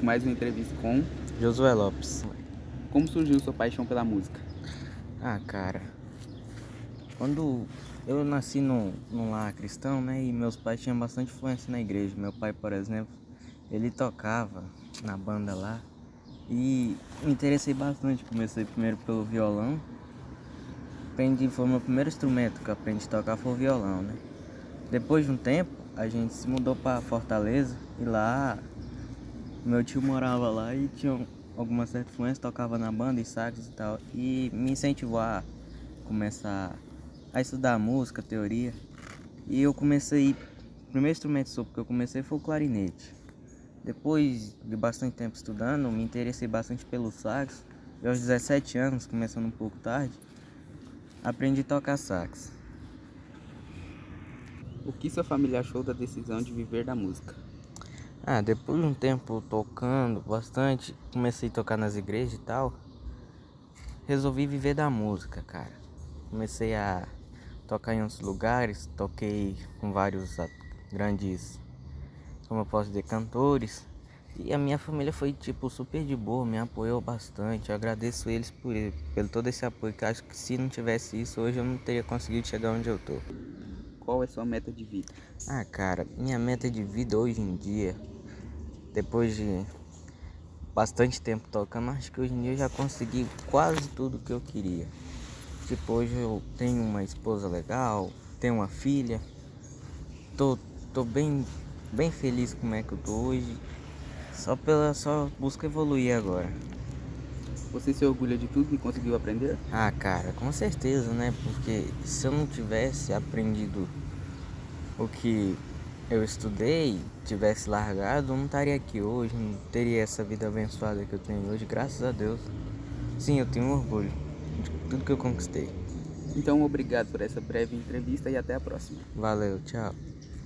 com mais uma entrevista com Josué Lopes. Como surgiu sua paixão pela música? Cara, quando eu nasci num lar cristão, né, e meus pais tinham bastante influência na igreja. Meu pai, por exemplo, ele tocava na banda lá e me interessei bastante. Comecei primeiro pelo violão. Foi o meu primeiro instrumento que eu aprendi a tocar, foi o violão, né? Depois de um tempo, a gente se mudou para Fortaleza e lá meu tio morava lá e tinha alguma certa influência, tocava na banda e sax e tal, e me incentivou a começar a estudar música, teoria. E eu comecei, o primeiro instrumento sopro que eu comecei foi o clarinete. Depois de bastante tempo estudando, me interessei bastante pelo sax. E aos 17 anos, começando um pouco tarde, aprendi a tocar sax. O que sua família achou da decisão de viver da música? Depois de um tempo tocando bastante, comecei a tocar nas igrejas e tal, resolvi viver da música, cara. Comecei a tocar em outros lugares, toquei com vários grandes, como eu posso dizer, cantores. E a minha família foi tipo super de boa, me apoiou bastante. Eu agradeço eles pelo todo esse apoio, que acho que se não tivesse isso, hoje eu não teria conseguido chegar onde eu tô. Qual é sua meta de vida? Cara, minha meta de vida hoje em dia, depois de bastante tempo tocando, acho que hoje em dia eu já consegui quase tudo que eu queria. Tipo, hoje eu tenho uma esposa legal, tenho uma filha, tô bem feliz com como é que eu tô hoje, só busco evoluir agora. Você se orgulha de tudo que conseguiu aprender? Cara, com certeza, né? Porque se eu não tivesse aprendido o que eu estudei, tivesse largado, eu não estaria aqui hoje, não teria essa vida abençoada que eu tenho hoje, graças a Deus. Sim, eu tenho orgulho de tudo que eu conquistei. Então, obrigado por essa breve entrevista e até a próxima. Valeu, tchau.